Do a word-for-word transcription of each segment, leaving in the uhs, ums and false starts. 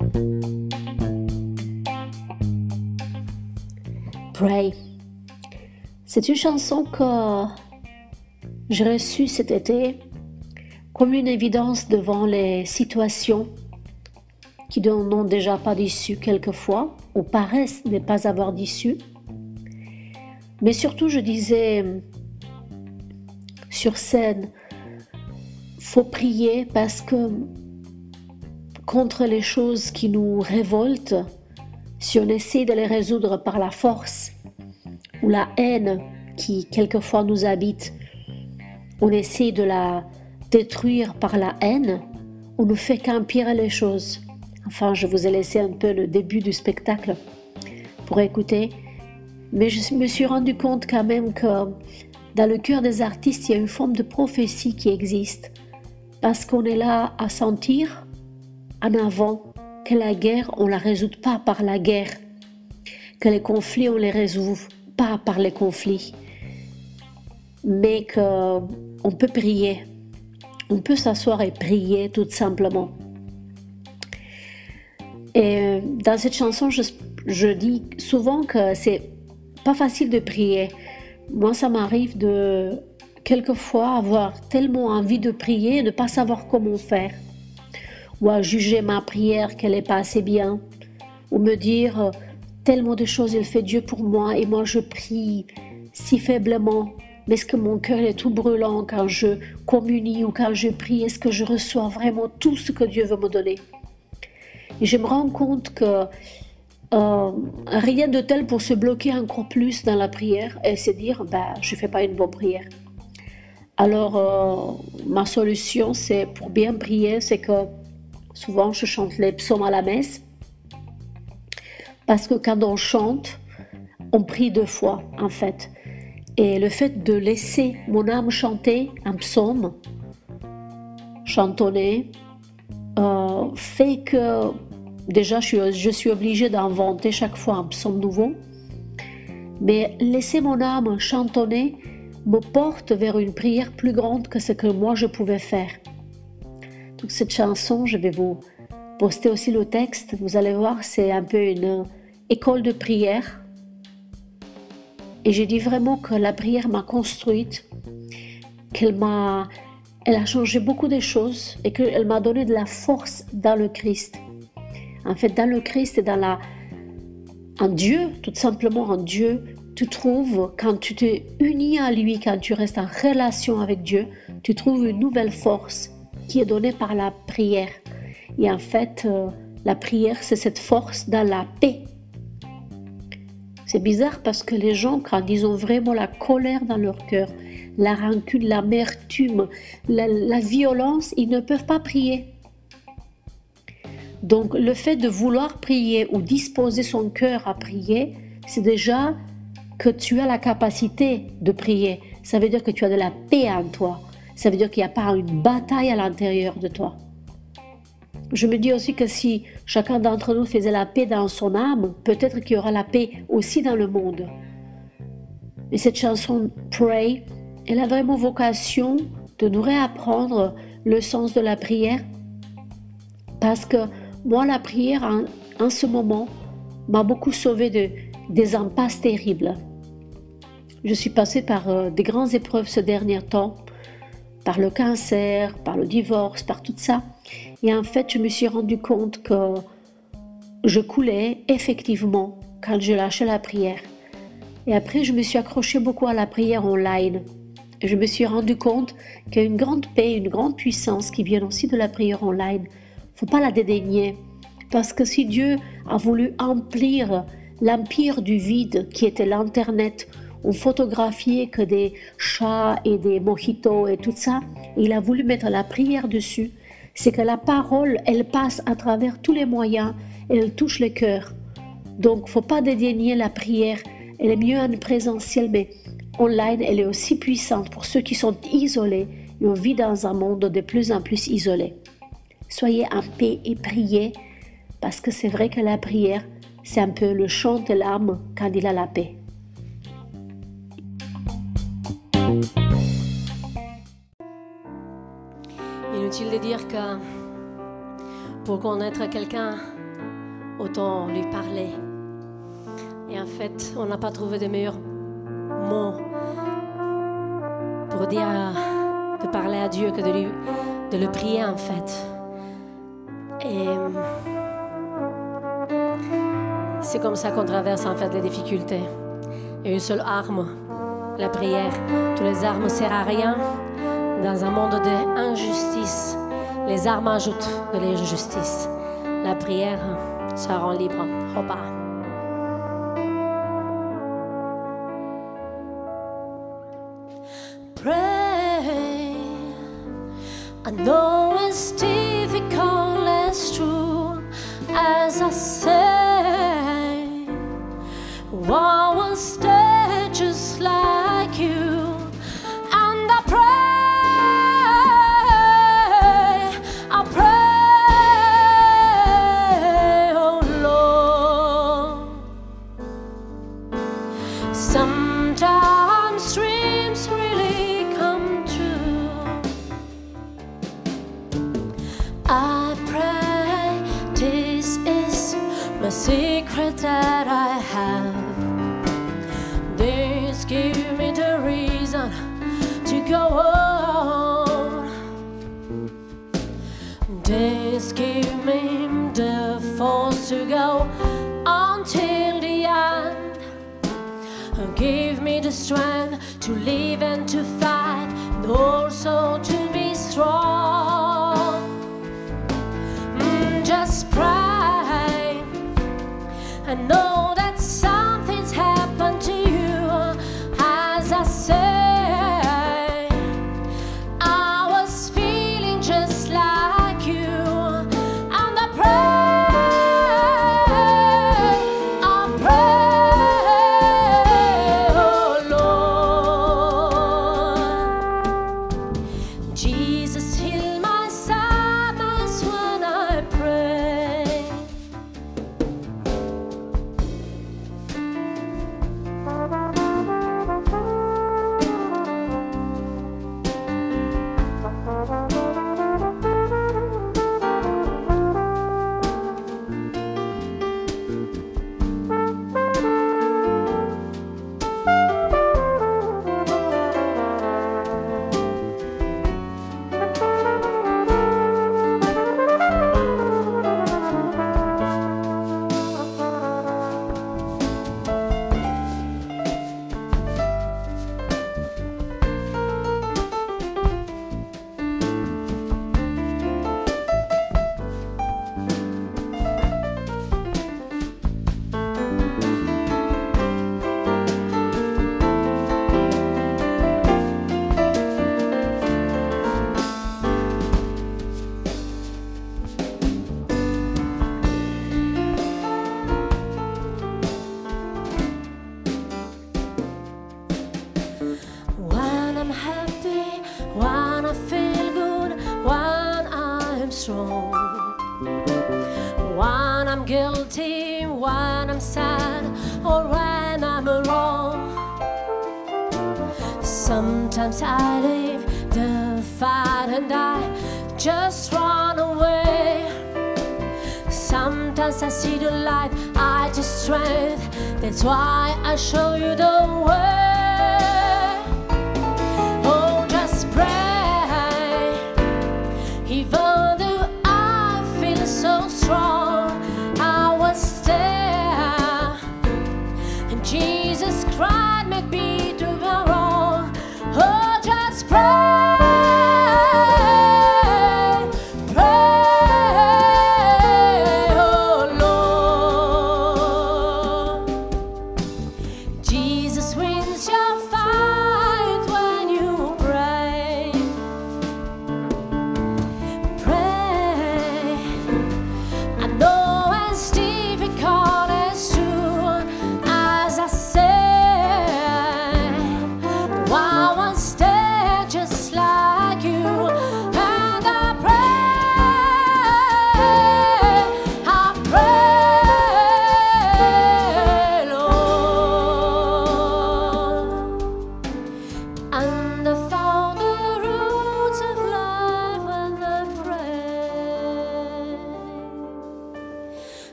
Pray. C'est une chanson que j'ai reçue cet été comme une évidence devant les situations qui n'ont déjà pas d'issue quelquefois, ou paraissent ne pas avoir d'issue. Mais surtout, je disais sur scène, faut prier parce que contre les choses qui nous révoltent, si on essaie de les résoudre par la force ou la haine qui quelquefois nous habite, on essaie de la détruire par la haine, on ne fait qu'empirer les choses. Enfin, je vous ai laissé un peu le début du spectacle pour écouter, mais je me suis rendu compte quand même que dans le cœur des artistes, il y a une forme de prophétie qui existe, parce qu'on est là à sentir en avant que la guerre, on ne la résout pas par la guerre, que les conflits, on ne les résout pas par les conflits, mais qu'on peut prier, on peut s'asseoir et prier tout simplement. Et dans cette chanson, je, je dis souvent que c'est pas facile de prier. Moi, ça m'arrive de quelquefois avoir tellement envie de prier et de ne pas savoir comment faire, ou à juger ma prière qu'elle n'est pas assez bien, ou me dire tellement de choses il fait Dieu pour moi et moi je prie si faiblement, mais est-ce que mon cœur est tout brûlant quand je communie ou quand je prie, est-ce que je reçois vraiment tout ce que Dieu veut me donner? Et je me rends compte que euh, rien de tel pour se bloquer encore plus dans la prière et se dire bah, je ne fais pas une bonne prière. Alors euh, ma solution c'est pour bien prier, c'est que souvent je chante les psaumes à la messe, parce que quand on chante, on prie deux fois en fait. Et le fait de laisser mon âme chanter un psaume, chantonner, euh, fait que déjà je suis, je suis obligée d'inventer chaque fois un psaume nouveau. Mais laisser mon âme chantonner me porte vers une prière plus grande que ce que moi je pouvais faire. Donc cette chanson, je vais vous poster aussi le texte. Vous allez voir, c'est un peu une école de prière. Et je dis vraiment que la prière m'a construite, qu'elle m'a, elle a changé beaucoup de choses et qu'elle m'a donné de la force dans le Christ. En fait, dans le Christ et dans la, en Dieu, tout simplement en Dieu, tu trouves, quand tu te unis à lui, quand tu restes en relation avec Dieu, tu trouves une nouvelle force qui est donnée par la prière. Et en fait, euh, la prière, c'est cette force dans la paix. C'est bizarre parce que les gens, quand ils ont vraiment la colère dans leur cœur, la rancune, l'amertume, la, la violence, ils ne peuvent pas prier. Donc le fait de vouloir prier ou disposer son cœur à prier, c'est déjà que tu as la capacité de prier. Ça veut dire que tu as de la paix en toi. Ça veut dire qu'il n'y a pas une bataille à l'intérieur de toi. Je me dis aussi que si chacun d'entre nous faisait la paix dans son âme, peut-être qu'il y aura la paix aussi dans le monde. Et cette chanson Pray, elle a vraiment vocation de nous réapprendre le sens de la prière, parce que moi, la prière, en, en ce moment, m'a beaucoup sauvée de, des impasses terribles. Je suis passée par euh, des grandes épreuves ce dernier temps, par le cancer, par le divorce, par tout ça. Et en fait, je me suis rendu compte que je coulais effectivement quand je lâchais la prière. Et après, je me suis accrochée beaucoup à la prière online. Et je me suis rendu compte qu'il y a une grande paix, une grande puissance qui vient aussi de la prière online. Il ne faut pas la dédaigner. Parce que si Dieu a voulu emplir l'empire du vide qui était l'Internet, on photographiait que des chats et des mojitos et tout ça, et il a voulu mettre la prière dessus. C'est que la parole, elle passe à travers tous les moyens et elle touche le cœur. Donc, il ne faut pas dédaigner la prière. Elle est mieux en présentiel, mais online, elle est aussi puissante pour ceux qui sont isolés et on vit dans un monde de plus en plus isolé. Soyez en paix et priez, parce que c'est vrai que la prière, c'est un peu le chant de l'âme quand il a la paix. Inutile de dire que pour connaître quelqu'un, autant lui parler. Et en fait, on n'a pas trouvé de meilleurs mots pour dire de parler à Dieu que de, lui, de le prier en fait. Et c'est comme ça qu'on traverse en fait les difficultés. Il y a une seule arme, la prière. Toutes les armes ne servent à rien. Dans un monde d'injustice, les armes ajoutent de l'injustice. La prière, ça rend libre. Hopa. Pray. I know it's difficult, it's true. As I say, I will stay just like you. And I pray, I pray, oh Lord. Sometimes dreams really come true. I pray, this is my secret that I have. This give me the reason to go on. This give me the force to go until the end. Give me the strength to live and to fight, and also to be strong. Mm, just pray. I know that something's happened to you. As I say, I was feeling just like you. And I pray, I pray, oh Lord. Jesus, heal my sadness when I pray. When I'm happy, when I feel good, when I'm strong, when I'm guilty, when I'm sad, or when I'm wrong. Sometimes I leave the fight and I just run away. Sometimes I see the light, I just strength. That's why I show you the way. Oh, just pray. Even though I feel so strong, I was there. And Jesus cried, make me do my wrong. Oh, just pray. Pray, oh Lord. Jesus wins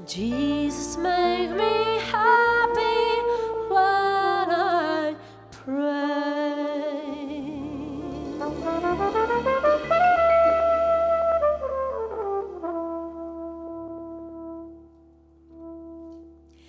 Jesus, make me